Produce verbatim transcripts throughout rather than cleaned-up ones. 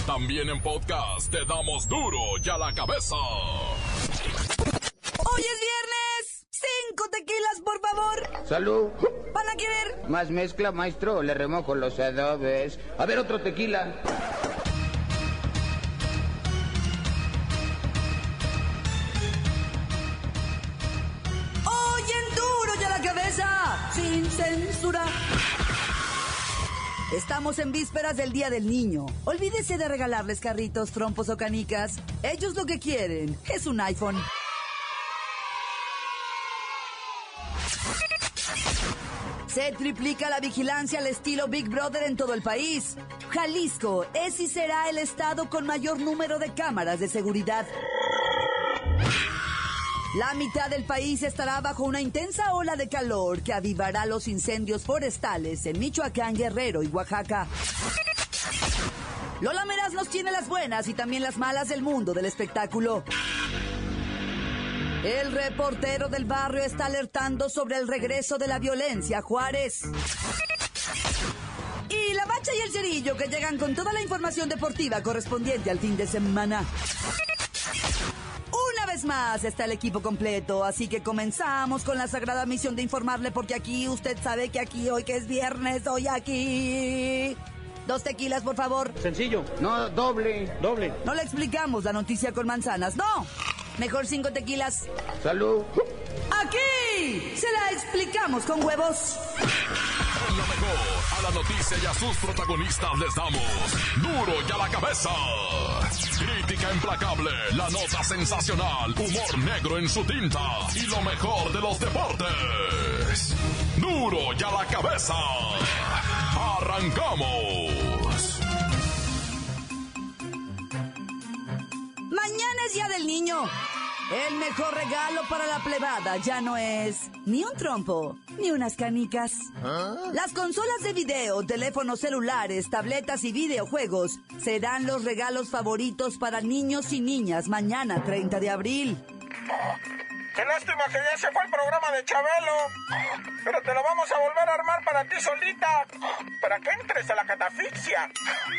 También en podcast te damos duro y a la cabeza. ¡Hoy es viernes! ¡Cinco tequilas, por favor! ¡Salud! ¿Van a querer? ¿Más mezcla, maestro? Le remojo los adobes. A ver, otro tequila. ¡Hoy en duro y a la cabeza! ¡Sin censura! Estamos en vísperas del Día del Niño. Olvídese de regalarles carritos, trompos o canicas. Ellos lo que quieren es un iPhone. Se triplica la vigilancia al estilo Big Brother en todo el país. Jalisco es y será el estado con mayor número de cámaras de seguridad. La mitad del país estará bajo una intensa ola de calor que avivará los incendios forestales en Michoacán, Guerrero y Oaxaca. Lola Meraz nos tiene las buenas y también las malas del mundo del espectáculo. El reportero del barrio está alertando sobre el regreso de la violencia a Juárez. Y la Bacha y el Cerillo que llegan con toda la información deportiva correspondiente al fin de semana. Una vez más está el equipo completo, así que comenzamos con la sagrada misión de informarle, porque aquí usted sabe que aquí hoy que es viernes, hoy aquí... Dos tequilas, por favor. Sencillo. No, doble. Doble. No le explicamos la noticia con manzanas, no. Mejor cinco tequilas. ¡Salud! Aquí se la explicamos con huevos. Lo mejor, a la noticia y a sus protagonistas les damos duro y a la cabeza. Crítica implacable, la nota sensacional, humor negro en su tinta y lo mejor de los deportes. Duro y a la cabeza. ¡Arrancamos! Mañana es Día del Niño. El mejor regalo para la plebada ya no es ni un trompo, ni unas canicas. ¿Ah? Las consolas de video, teléfonos celulares, tabletas y videojuegos serán los regalos favoritos para niños y niñas mañana, treinta de abril. ¡Qué lástima que ya se fue el programa de Chabelo! Pero te lo vamos a volver a armar para ti solita, para que entres a la catafixia.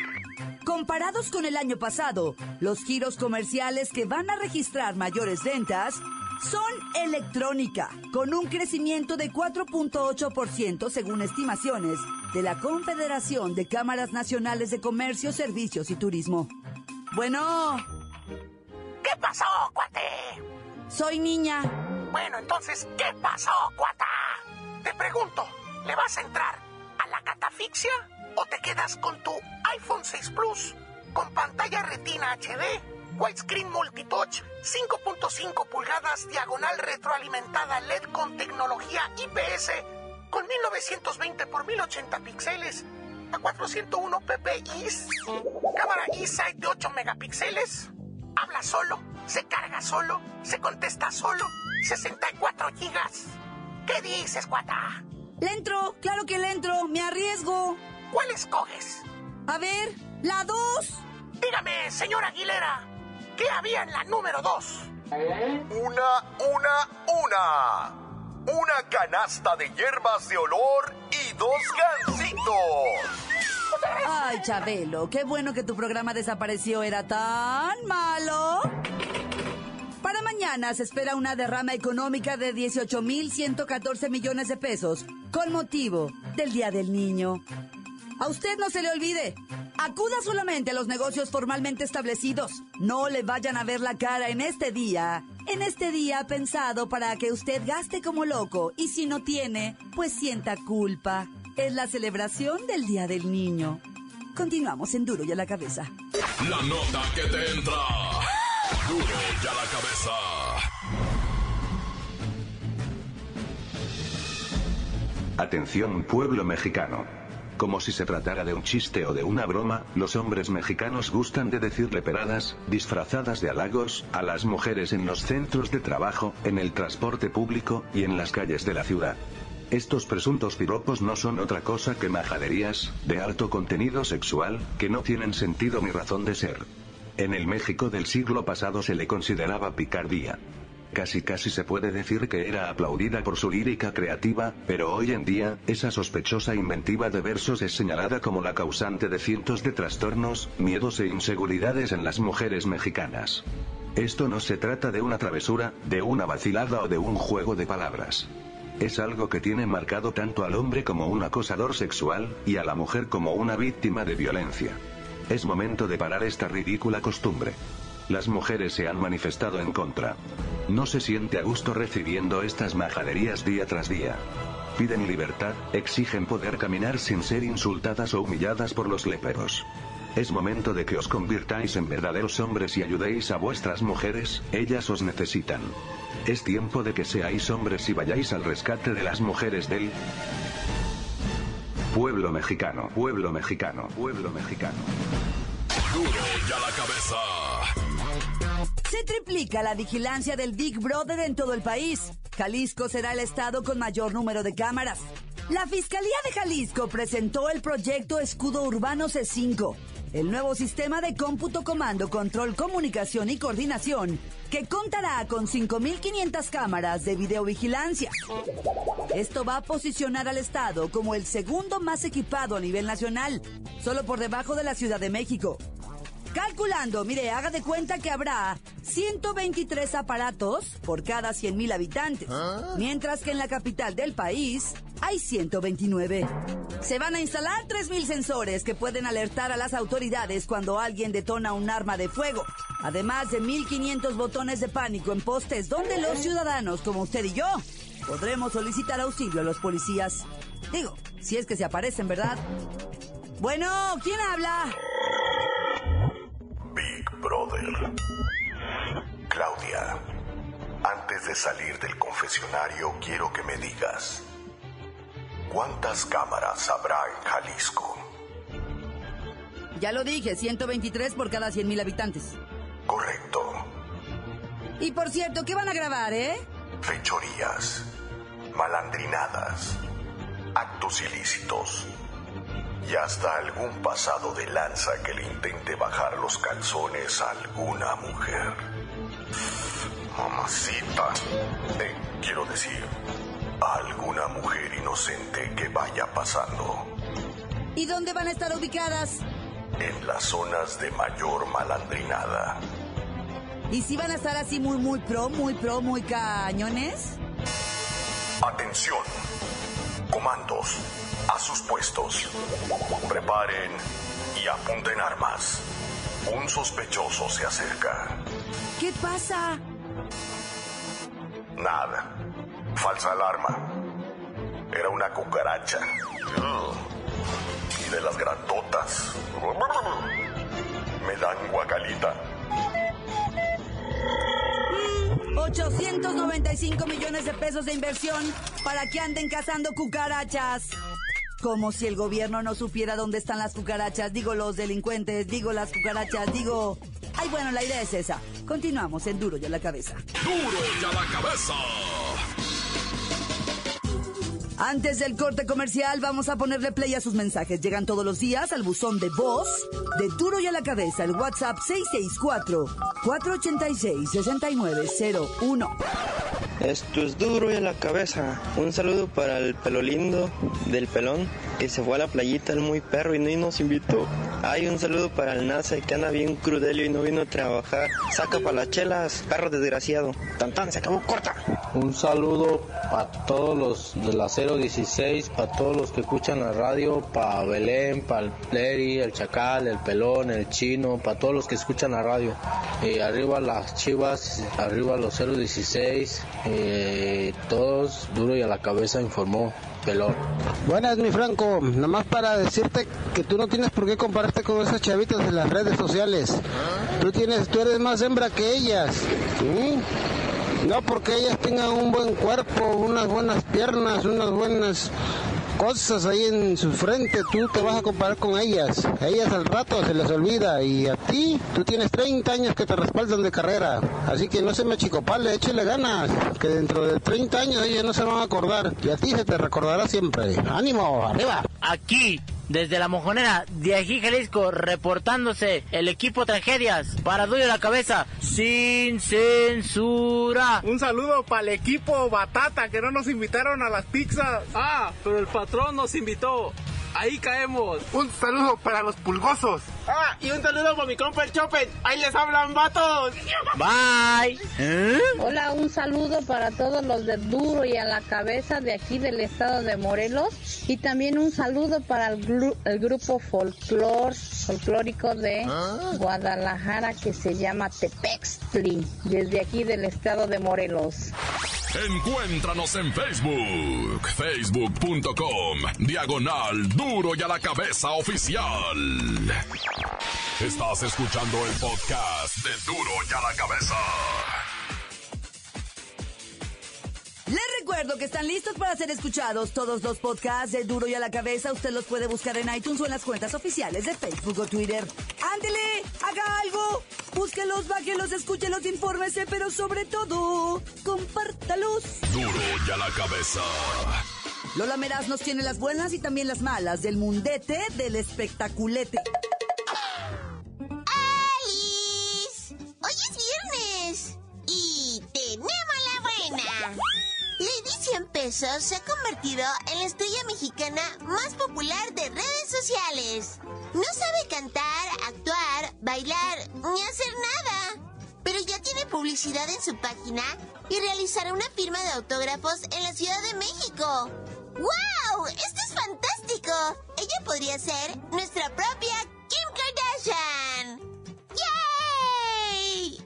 Comparados con el año pasado, los giros comerciales que van a registrar mayores ventas son electrónica, con un crecimiento de cuatro punto ocho por ciento según estimaciones de la Confederación de Cámaras Nacionales de Comercio, Servicios y Turismo. Bueno... ¿Qué pasó, cuate? Soy niña. Bueno, entonces, ¿qué pasó, cuata? Te pregunto, ¿le vas a entrar a la catafixia o te quedas con tu iPhone seis Plus con pantalla Retina H D, widescreen multitouch, cinco punto cinco pulgadas, diagonal retroalimentada L E D con tecnología I P S, con mil novecientos veinte por mil ochenta píxeles, a cuatrocientos uno P P I, cámara eSight de ocho megapíxeles, habla solo, se carga solo, se contesta solo, sesenta y cuatro gigas? ¿Qué dices, cuata? Le entro, claro que le entro, me arriesgo. ¿Cuál escoges? A ver, la dos. Dígame, señora Aguilera, ¿qué había en la número dos? Una, una, una. Una canasta de hierbas de olor y dos gansitos. Ay, Chabelo, qué bueno que tu programa desapareció, era tan malo. Para mañana se espera una derrama económica de dieciocho mil ciento catorce millones de pesos con motivo del Día del Niño. A usted no se le olvide, acuda solamente a los negocios formalmente establecidos. No le vayan a ver la cara en este día, en este día pensado para que usted gaste como loco y si no tiene, pues sienta culpa. Es la celebración del Día del Niño. Continuamos en Duro y a la Cabeza. La nota que te entra. Duro y a la cabeza. Atención, pueblo mexicano. Como si se tratara de un chiste o de una broma, los hombres mexicanos gustan de decirle peradas, disfrazadas de halagos, a las mujeres en los centros de trabajo, en el transporte público, y en las calles de la ciudad. Estos presuntos piropos no son otra cosa que majaderías, de alto contenido sexual, que no tienen sentido ni razón de ser. En el México del siglo pasado se le consideraba picardía. casi casi se puede decir que era aplaudida por su lírica creativa, pero hoy en día, esa sospechosa inventiva de versos es señalada como la causante de cientos de trastornos, miedos e inseguridades en las mujeres mexicanas. Esto no se trata de una travesura, de una vacilada o de un juego de palabras. Es algo que tiene marcado tanto al hombre como un acosador sexual, y a la mujer como una víctima de violencia. Es momento de parar esta ridícula costumbre. Las mujeres se han manifestado en contra. No se siente a gusto recibiendo estas majaderías día tras día. Piden libertad, exigen poder caminar sin ser insultadas o humilladas por los léperos. Es momento de que os convirtáis en verdaderos hombres y ayudéis a vuestras mujeres, ellas os necesitan. Es tiempo de que seáis hombres y vayáis al rescate de las mujeres del pueblo mexicano, pueblo mexicano, pueblo mexicano. Duro y a la cabeza. Se triplica la vigilancia del Big Brother en todo el país. Jalisco será el estado con mayor número de cámaras. La Fiscalía de Jalisco presentó el proyecto Escudo Urbano C cinco, el nuevo sistema de cómputo, comando, control, comunicación y coordinación, que contará con cinco mil quinientas cámaras de videovigilancia. Esto va a posicionar al estado como el segundo más equipado a nivel nacional, solo por debajo de la Ciudad de México. Calculando, mire, haga de cuenta que habrá ciento veintitrés aparatos por cada cien mil habitantes, mientras que en la capital del país hay ciento veintinueve. Se van a instalar tres mil sensores que pueden alertar a las autoridades cuando alguien detona un arma de fuego, además de mil quinientos botones de pánico en postes donde los ciudadanos como usted y yo podremos solicitar auxilio a los policías. Digo, si es que se aparecen, ¿verdad? Bueno, ¿quién habla? Big Brother. Claudia, antes de salir del confesionario quiero que me digas, ¿cuántas cámaras habrá en Jalisco? Ya lo dije, ciento veintitrés por cada cien mil habitantes. Correcto. Y por cierto, ¿qué van a grabar, eh? Fechorías, malandrinadas, actos ilícitos y hasta algún pasado de lanza que le intente bajar los calzones a alguna mujer. Mamacita, eh, quiero decir, a alguna mujer inocente que vaya pasando. ¿Y dónde van a estar ubicadas? En las zonas de mayor malandrinada. ¿Y si van a estar así muy, muy pro, muy pro, muy cañones? Atención, comandos, a sus puestos. Preparen y apunten armas. Un sospechoso se acerca. ¿Qué pasa? Nada. Falsa alarma. Era una cucaracha. Y de las grandotas. Me dan guacalita. ochocientos noventa y cinco millones de pesos de inversión para que anden cazando cucarachas. Como si el gobierno no supiera dónde están las cucarachas. Digo, los delincuentes, digo, las cucarachas, digo... Ay, bueno, la idea es esa. Continuamos en Duro y a la Cabeza. Duro y a la cabeza. Antes del corte comercial, vamos a ponerle play a sus mensajes. Llegan todos los días al buzón de voz de Duro y a la Cabeza, el WhatsApp seis seis cuatro, cuatro ocho seis, seis nueve cero uno. Esto es Duro y a la Cabeza. Un saludo para el pelo lindo del pelón, que se fue a la playita el muy perro y no y nos invitó. Hay un saludo para el Nace, que anda bien crudelio y no vino a trabajar. Saca para las chelas, perro desgraciado. Tan tan, se acabó, corta. Un saludo para todos los de la cero dieciséis, para todos los que escuchan la radio, para Belén, para el Pleri, el Chacal, el Pelón, el Chino, para todos los que escuchan la radio. Eh, arriba las Chivas, arriba los cero dieciséis, eh, todos Duro y a la Cabeza, informó Pelón. Buenas, mi Franco, nada más para decirte que tú no tienes por qué compararte con esas chavitas de las redes sociales. Tú tienes, tú eres más hembra que ellas. ¿Sí? No porque ellas tengan un buen cuerpo, unas buenas piernas, unas buenas cosas ahí en su frente, tú te vas a comparar con ellas. A ellas al rato se les olvida, y a ti, tú tienes treinta años que te respaldan de carrera. Así que no se me achicopale, échale ganas, que dentro de treinta años ellas no se van a acordar, y a ti se te recordará siempre. ¡Ánimo, arriba! Aquí Desde La Mojonera, de aquí Jalisco, reportándose el equipo Tragedias para Duro y a la Cabeza, sin censura. Un saludo para el equipo Batata, que no nos invitaron a las pizzas. Ah, pero el patrón nos invitó. Ahí caemos. Un saludo para los pulgosos. Ah, y un saludo para mi compa el Chopen. Ahí les hablan, vatos. Bye. ¿Eh? Hola, un saludo para todos los de Duro y a la Cabeza de aquí del estado de Morelos. Y también un saludo para el, gru- el grupo folclor, folclórico de ¿Ah? Guadalajara que se llama Tepextli, desde aquí del estado de Morelos. Encuéntranos en Facebook, facebook punto com, diagonal Duro y a la Cabeza Oficial. Estás escuchando el podcast de Duro y a la Cabeza. Les recuerdo que están listos para ser escuchados. Todos los podcasts de Duro y a la Cabeza usted los puede buscar en iTunes o en las cuentas oficiales de Facebook o Twitter. ¡Ándele! ¡Haga algo! Búsquelos, bájelos, escúchelos, infórmese, pero sobre todo, compártalos. Duro y a la Cabeza. Lola Meraz nos tiene las buenas y también las malas del mundete del espectaculete. ¡Alice! Hoy es viernes y tenemos la buena. Lady cien pesos se ha convertido en la estrella mexicana más popular de redes sociales. No sabe cantar, actuar, bailar ni hacer nada, pero ya tiene publicidad en su página y realizará una firma de autógrafos en la Ciudad de México. ¡Wow! ¡Esto es fantástico! Ella podría ser nuestra propia Kim Kardashian. ¡Yay!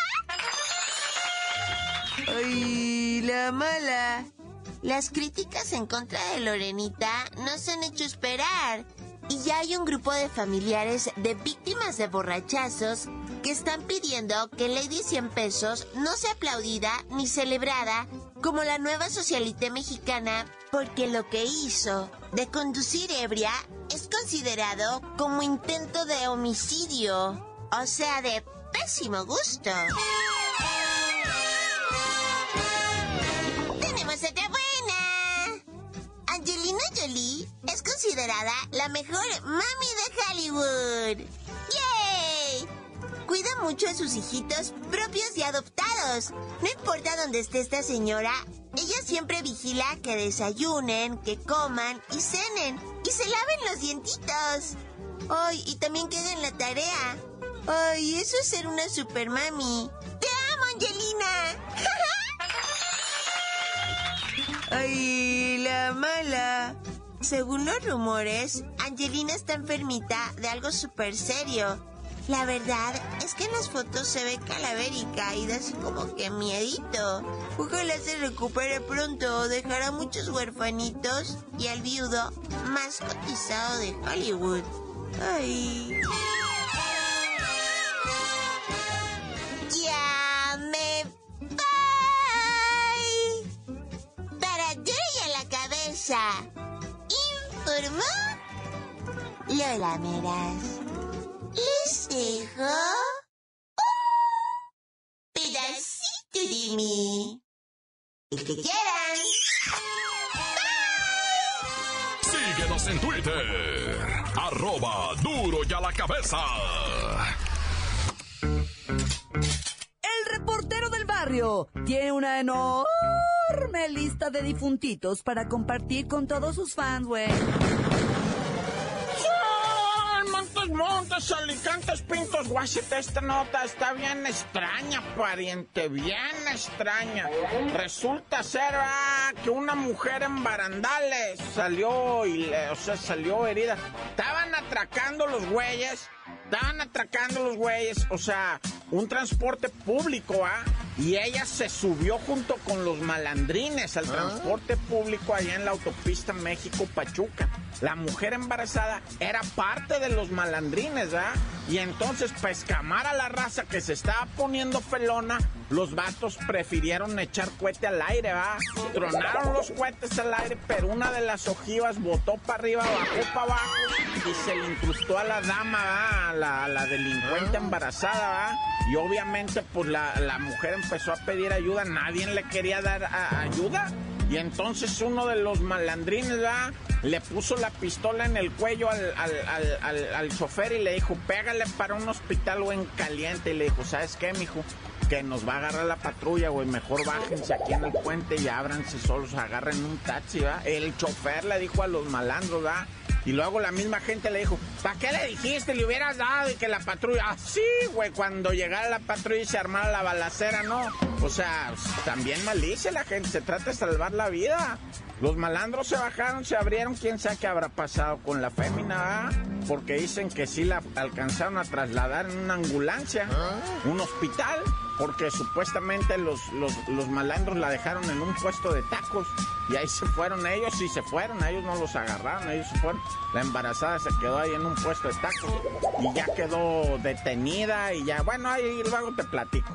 ¡Ay, la mala! Las críticas en contra de Lorenita no se han hecho esperar. Y ya hay un grupo de familiares de víctimas de borrachazos que están pidiendo que Lady cien pesos no sea aplaudida ni celebrada como la nueva socialite mexicana, porque lo que hizo de conducir ebria es considerado como intento de homicidio, o sea, de pésimo gusto. ¡Tenemos otra buena! Angelina Jolie es considerada la mejor mami de Hollywood. ¡Yay! Cuida mucho a sus hijitos propios y adoptados. No importa dónde esté esta señora, ella siempre vigila que desayunen, que coman y cenen y se laven los dientitos. Ay, y también que hagan la tarea. Ay, eso es ser una super mami. ¡Te amo, Angelina! Ay, la mala. Según los rumores, Angelina está enfermita de algo súper serio. La verdad es que en las fotos se ve calavérica y da así como que miedito. Ojalá se recupere pronto, dejará muchos huerfanitos y al viudo más cotizado de Hollywood. Ay. Ya me voy. Para Duro y a la Cabeza, informó Lola Meraz. Les dejo un pedacito de mí. El que quieran. Bye. Síguenos en Twitter. Arroba Duro y a la Cabeza. El reportero del barrio tiene una enorme lista de difuntitos para compartir con todos sus fans, güey. Montes, Alicantes, Pintos, Guasita, esta nota está bien extraña, pariente, bien extraña. Resulta ser ah, que una mujer en barandales salió, y le, o sea, salió herida. Estaban atracando los güeyes, estaban atracando los güeyes, o sea, un transporte público, ¿ah? Y ella se subió junto con los malandrines al ¿Ah? transporte público allá en la autopista México-Pachuca. La mujer embarazada era parte de los malandrines, ¿ah? Y entonces, para escamar a la raza que se estaba poniendo felona, los vatos prefirieron echar cohete al aire, ¿va? Tronaron los cohetes al aire, pero una de las ojivas botó para arriba, bajó para abajo y se le incrustó a la dama, ¿va? A la, a la delincuente embarazada, ¿va? Y obviamente, pues la, la mujer empezó a pedir ayuda, nadie le quería dar a, ayuda. Y entonces uno de los malandrines, ¿verdad?, le puso la pistola en el cuello al, al, al, al, al chofer y le dijo, pégale para un hospital, güey, en caliente. Y le dijo, ¿sabes qué, mijo? Que nos va a agarrar la patrulla, güey, mejor bájense aquí en el puente y ábranse solos, agarren un taxi, ¿verdad? El chofer le dijo a los malandros, ¿verdad? Y luego la misma gente le dijo, ¿para qué le dijiste? Le hubieras dado y que la patrulla... Ah, sí, güey, cuando llegara la patrulla y se armara la balacera, ¿no? O sea, también maldice la gente, se trata de salvar la vida. Los malandros se bajaron, se abrieron, quién sabe qué habrá pasado con la fémina, ¿verdad? Porque dicen que sí la alcanzaron a trasladar en una ambulancia, un hospital, porque supuestamente los, los, los malandros la dejaron en un puesto de tacos. Y ahí se fueron ellos, y se fueron, ellos no los agarraron, ellos se fueron. La embarazada se quedó ahí en un puesto de tacos y ya quedó detenida y ya, bueno, ahí luego te platico.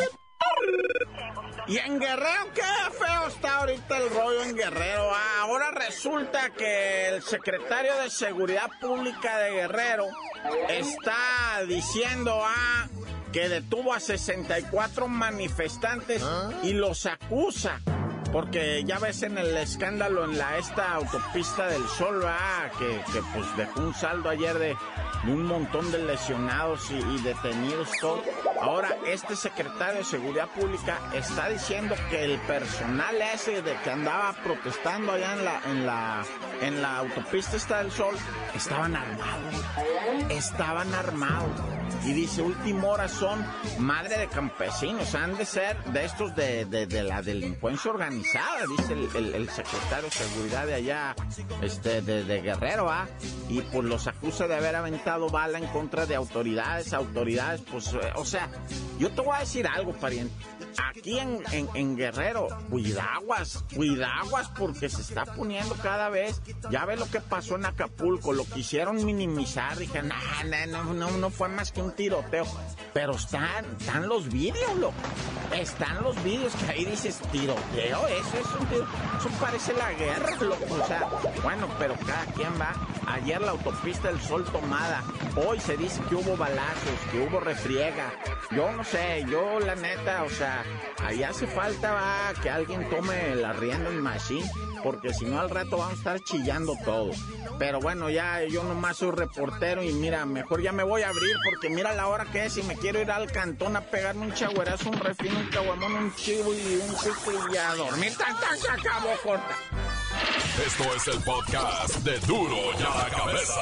Y en Guerrero, qué feo está ahorita el rollo en Guerrero. Ah, ahora resulta que el secretario de Seguridad Pública de Guerrero está diciendo ah, que detuvo a sesenta y cuatro manifestantes y los acusa. Porque ya ves en el escándalo en la esta autopista del Sol, ah, que, que pues dejó un saldo ayer de, de un montón de lesionados y, y detenidos, todo. Ahora, este secretario de Seguridad Pública está diciendo que el personal ese de que andaba protestando allá en la, en la, en la autopista esta del Sol, estaban armados, estaban armados. Y dice, última hora son madre de campesinos, han de ser de estos de, de, de la delincuencia organizada, dice el, el, el secretario de Seguridad de allá, este, de, de Guerrero, ¿ah? Y pues los acusa de haber aventado bala en contra de autoridades, autoridades, pues, eh, o sea, yo te voy a decir algo, pariente. Aquí en, en, en Guerrero, cuidaguas, cuidaguas, porque se está poniendo cada vez. Ya ve lo que pasó en Acapulco, lo quisieron minimizar. Dije, nah, nah, no, no, no fue más que un tiroteo. Pero están, están los vídeos, loco. Están los vídeos que ahí dices, tiroteo, eso es un tiro. Eso parece la guerra, loco. O sea, bueno, pero cada quien va. Ayer la autopista del Sol tomada. Hoy se dice que hubo balazos, que hubo refriega. Yo no sé, yo la neta, o sea, ahí hace falta va, que alguien tome la rienda en machine, porque si no al rato vamos a estar chillando todo. Pero bueno, ya yo nomás soy reportero y mira, mejor ya me voy a abrir porque mira la hora que es y me quiero ir al cantón a pegarme un chagüerazo, un refín, un caguamón, un chivo y un chico y a dormir. ¡Tan, tan, se acabó, corta! Esto es el podcast de Duro y a la Cabeza.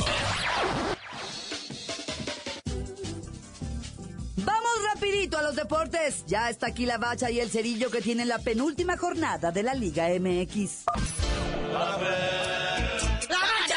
Vamos rapidito a los deportes. Ya está aquí la Bacha y el Cerillo que tienen la penúltima jornada de la Liga M X. ¡La Bacha! ¡La Bacha!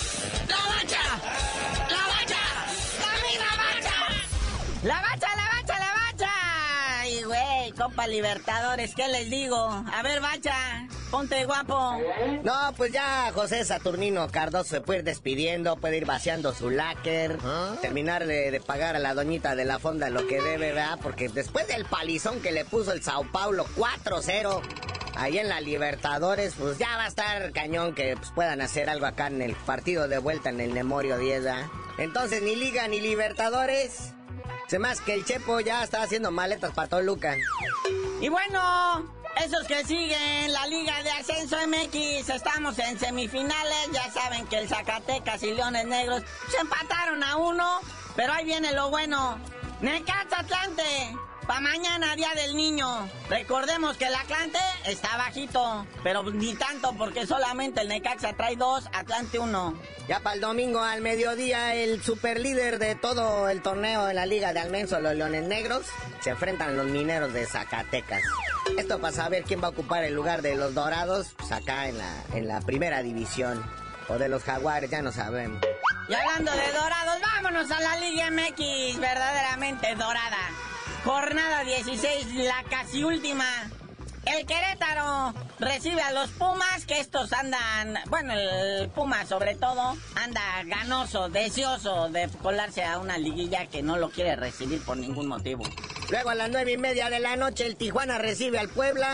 ¡La Bacha! ¡La misma Bacha! ¡La Bacha, la Bacha, la Bacha! Ay, güey, Copa Libertadores, ¿qué les digo? A ver, Bacha, ponte guapo. No, pues ya José Saturnino Cardoso se puede ir despidiendo, puede ir vaciando su láquer, ¿Ah? terminar de, de pagar a la doñita de la fonda lo que debe, ¿verdad? Porque después del palizón que le puso el Sao Paulo cuatro cero ahí en la Libertadores, pues ya va a estar cañón que pues, puedan hacer algo acá en el partido de vuelta en el Nemorio diez, ¿verdad? Entonces ni Liga ni Libertadores. Se más que el Chepo ya está haciendo maletas para Toluca. Y bueno, esos que siguen la Liga de Ascenso M X, estamos en semifinales. Ya saben que el Zacatecas y Leones Negros se empataron a uno, pero ahí viene lo bueno. Necaxa Atlante, pa' mañana, Día del Niño. Recordemos que el Atlante está bajito, pero ni tanto porque solamente el Necaxa trae dos, Atlante uno. Ya para el domingo al mediodía, el superlíder de todo el torneo de la Liga de Almenso, los Leones Negros, se enfrentan a los Mineros de Zacatecas. Esto para saber quién va a ocupar el lugar de los Dorados, pues acá en la, en la primera división. O de los Jaguares, ya no sabemos. Y hablando de Dorados, vámonos a la Liga M X, verdaderamente dorada. Jornada dieciséis, la casi última. El Querétaro recibe a los Pumas, que estos andan, bueno, el Puma sobre todo, anda ganoso, deseoso de colarse a una liguilla que no lo quiere recibir por ningún motivo. Luego a las nueve y media de la noche el Tijuana recibe al Puebla.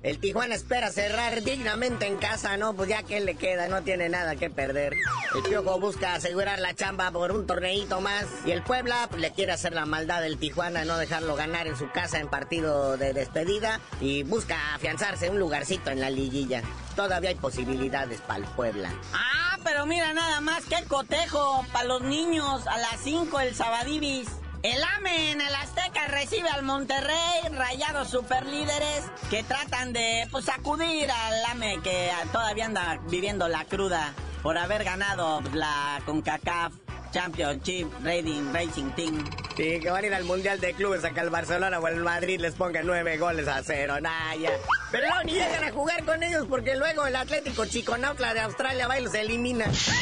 El Tijuana espera cerrar dignamente en casa, ¿no? Pues ya que le queda, no tiene nada que perder. El Piojo busca asegurar la chamba por un torneito más. Y el Puebla pues, le quiere hacer la maldad del Tijuana, no dejarlo ganar en su casa en partido de despedida. Y busca afianzarse un lugarcito en la liguilla. Todavía hay posibilidades para el Puebla. Ah, pero mira nada más, qué cotejo para los niños a las cinco el Sabadibis. El A M E en el Azteca recibe al Monterrey, Rayados superlíderes, que tratan de pues, sacudir al A M E que todavía anda viviendo la cruda por haber ganado la CONCACAF Championship Rating Racing Team. Sí, que van a ir al Mundial de Clubes a que el Barcelona o el Madrid les ponga nueve goles a cero, naya. Pero no, ni llegan a jugar con ellos porque luego el Atlético Chiconautla de Australia va y los elimina.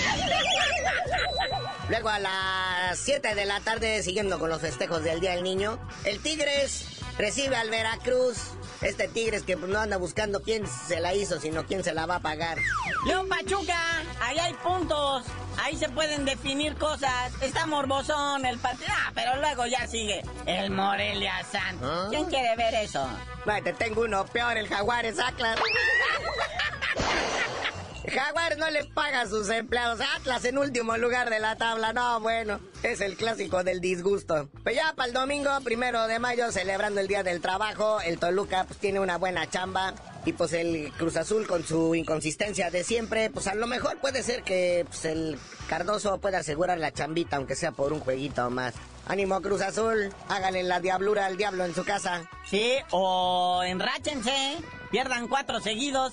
Luego a las siete de la tarde, siguiendo con los festejos del Día del Niño, el Tigres recibe al Veracruz. Este Tigres que no anda buscando quién se la hizo, sino quién se la va a pagar. León Pachuca, ahí hay puntos. Ahí se pueden definir cosas. Está morbosón el partido. Ah, pero luego ya sigue el Morelia Santos. ¿Ah? ¿Quién quiere ver eso? Bueno, te tengo uno peor, el Jaguares Atlas. Jaguares no le paga a sus empleados. Atlas en último lugar de la tabla. No, bueno, es el clásico del disgusto. Pues ya para el domingo, primero de mayo, celebrando el Día del Trabajo, el Toluca pues tiene una buena chamba. Y pues el Cruz Azul con su inconsistencia de siempre, pues a lo mejor puede ser que pues, el Cardoso pueda asegurar la chambita, aunque sea por un jueguito más. Ánimo Cruz Azul, háganle la diablura al diablo en su casa. Sí, o enráchense, pierdan cuatro seguidos.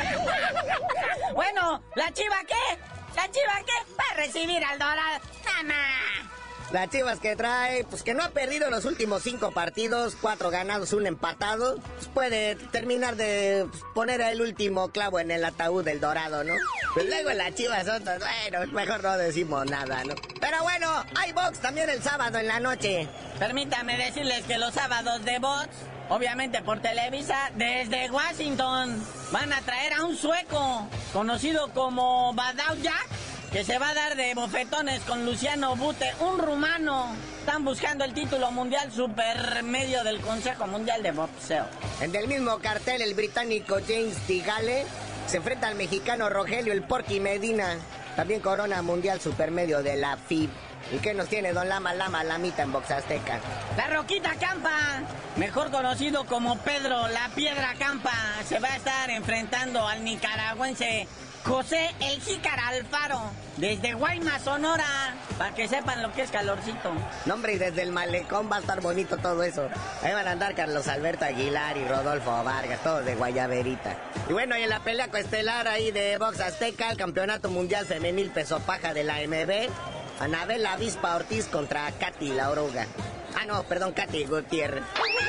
Bueno, ¿la Chiva qué? ¿La Chiva qué? Va a recibir al Dorado. ¡Mamá! Las Chivas que trae, pues que no ha perdido los últimos cinco partidos, cuatro ganados, un empatado, pues puede terminar de pues, poner el último clavo en el ataúd del Dorado, ¿no? Pues luego las Chivas son, bueno, mejor no decimos nada, ¿no? Pero bueno, hay box también el sábado en la noche. Permítame decirles que los sábados de box, obviamente por Televisa, desde Washington, van a traer a un sueco, conocido como Badao Jack, que se va a dar de bofetones con Luciano Bute, un rumano. Están buscando el título mundial supermedio del Consejo Mundial de Boxeo. En el mismo cartel, el británico James Tigale se enfrenta al mexicano Rogelio el Porky Medina, también corona mundial supermedio de la F I B. ¿Y qué nos tiene Don Lama Lama Lamita en Box Azteca? La Roquita Campa, mejor conocido como Pedro La Piedra Campa, se va a estar enfrentando al nicaragüense José El Jícara Alfaro, desde Guaymas, Sonora, para que sepan lo que es calorcito. No, hombre, y desde el malecón va a estar bonito todo eso. Ahí van a andar Carlos Alberto Aguilar y Rodolfo Vargas, todos de Guayaberita. Y bueno, y en la pelea coestelar ahí de Box Azteca, el Campeonato Mundial Femenil Peso Paja de la M B, Anabel Avispa Ortiz contra Katy La Oruga. Ah, no, perdón, Katy Gutiérrez.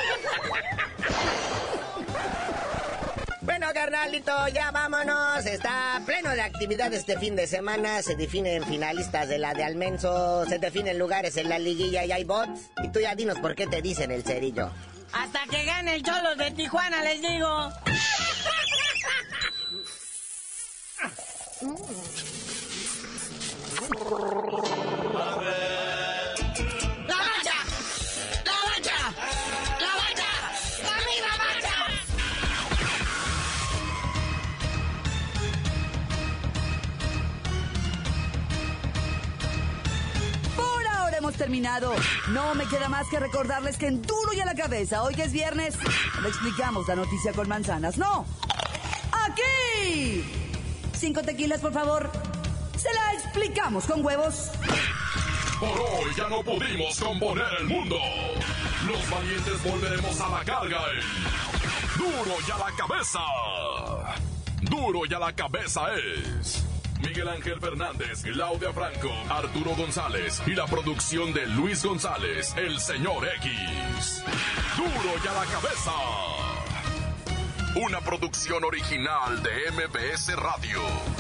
Bueno, carnalito, ya vámonos. Está pleno de actividad este fin de semana. Se definen finalistas de la de Almenso. Se definen lugares en la liguilla y hay bots. Y tú ya dinos por qué te dicen el cerillo. Hasta que gane el Cholos de Tijuana, les digo. Terminado. No me queda más que recordarles que en Duro y a la Cabeza, hoy que es viernes, no le explicamos la noticia con manzanas, no. ¡Aquí! Cinco tequilas, por favor. Se la explicamos con huevos. Por hoy ya no pudimos componer el mundo. Los valientes volveremos a la carga en Duro y a la Cabeza. Duro y a la Cabeza es Miguel Ángel Fernández, Claudia Franco, Arturo González y la producción de Luis González, el señor X. Duro y a la Cabeza. Una producción original de M B S Radio.